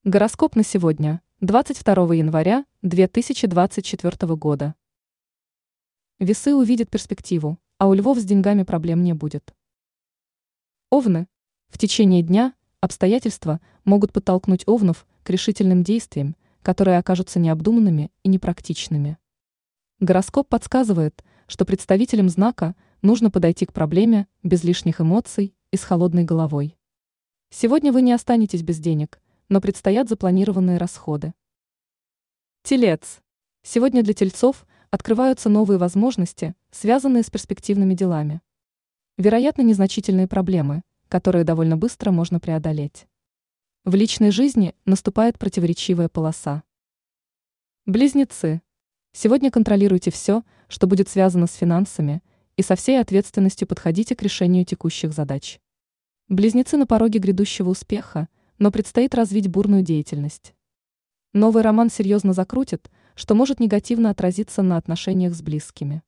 Гороскоп на сегодня, 22 января 2024 года. Весы увидят перспективу, а у львов с деньгами проблем не будет. Овны. В течение дня обстоятельства могут подтолкнуть овнов к решительным действиям, которые окажутся необдуманными и непрактичными. Гороскоп подсказывает, что представителям знака нужно подойти к проблеме без лишних эмоций и с холодной головой. Сегодня вы не останетесь без денег, но предстоят запланированные расходы. Телец. Сегодня для тельцов открываются новые возможности, связанные с перспективными делами. Вероятно, незначительные проблемы, которые довольно быстро можно преодолеть. В личной жизни наступает противоречивая полоса. Близнецы. Сегодня контролируйте все, что будет связано с финансами, и со всей ответственностью подходите к решению текущих задач. Близнецы на пороге грядущего успеха, но предстоит развить бурную деятельность. Новый роман серьезно закрутит, что может негативно отразиться на отношениях с близкими.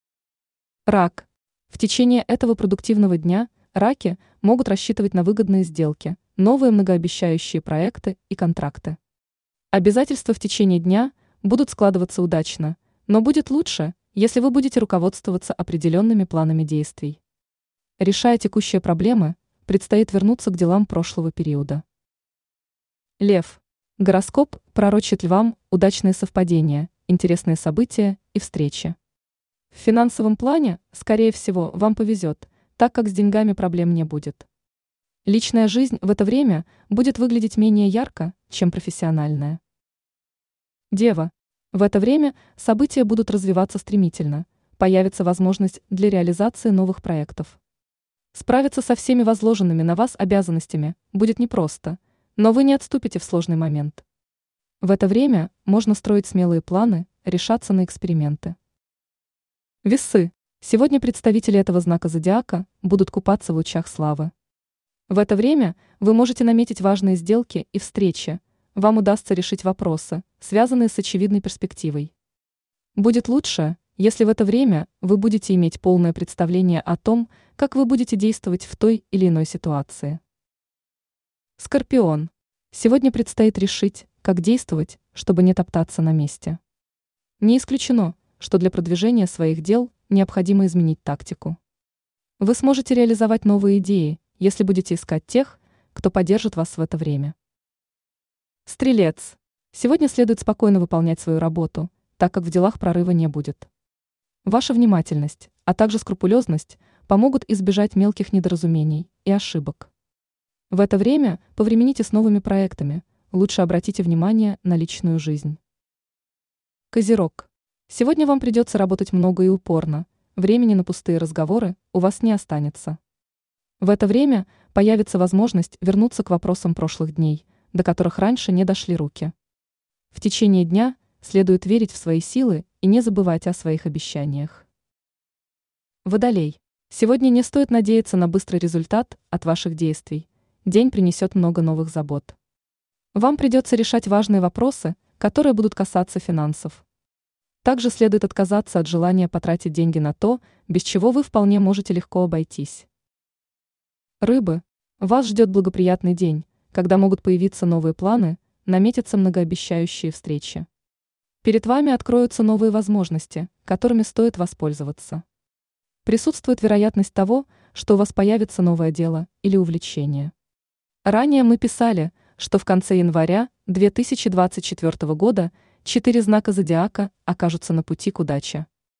Рак. В течение этого продуктивного дня раки могут рассчитывать на выгодные сделки, новые многообещающие проекты и контракты. Обязательства в течение дня будут складываться удачно, но будет лучше, если вы будете руководствоваться определенными планами действий. Решая текущие проблемы, предстоит вернуться к делам прошлого периода. Лев. Гороскоп пророчит львам удачные совпадения, интересные события и встречи. В финансовом плане, скорее всего, вам повезет, так как с деньгами проблем не будет. Личная жизнь в это время будет выглядеть менее ярко, чем профессиональная. Дева. В это время события будут развиваться стремительно, появится возможность для реализации новых проектов. Справиться со всеми возложенными на вас обязанностями будет непросто, но вы не отступите в сложный момент. В это время можно строить смелые планы, решаться на эксперименты. Весы. Сегодня представители этого знака зодиака будут купаться в лучах славы. В это время вы можете наметить важные сделки и встречи, вам удастся решить вопросы, связанные с очевидной перспективой. Будет лучше, если в это время вы будете иметь полное представление о том, как вы будете действовать в той или иной ситуации. Скорпион. Сегодня предстоит решить, как действовать, чтобы не топтаться на месте. Не исключено, что для продвижения своих дел необходимо изменить тактику. Вы сможете реализовать новые идеи, если будете искать тех, кто поддержит вас в это время. Стрелец. Сегодня следует спокойно выполнять свою работу, так как в делах прорыва не будет. Ваша внимательность, а также скрупулезность помогут избежать мелких недоразумений и ошибок. В это время повремените с новыми проектами, лучше обратите внимание на личную жизнь. Козерог. Сегодня вам придется работать много и упорно, времени на пустые разговоры у вас не останется. В это время появится возможность вернуться к вопросам прошлых дней, до которых раньше не дошли руки. В течение дня следует верить в свои силы и не забывать о своих обещаниях. Водолей. Сегодня не стоит надеяться на быстрый результат от ваших действий. День принесет много новых забот. Вам придется решать важные вопросы, которые будут касаться финансов. Также следует отказаться от желания потратить деньги на то, без чего вы вполне можете легко обойтись. Рыбы. Вас ждет благоприятный день, когда могут появиться новые планы, наметятся многообещающие встречи. Перед вами откроются новые возможности, которыми стоит воспользоваться. Присутствует вероятность того, что у вас появится новое дело или увлечение. Ранее мы писали, что в конце января 2024 года 4 знака зодиака окажутся на пути к удаче.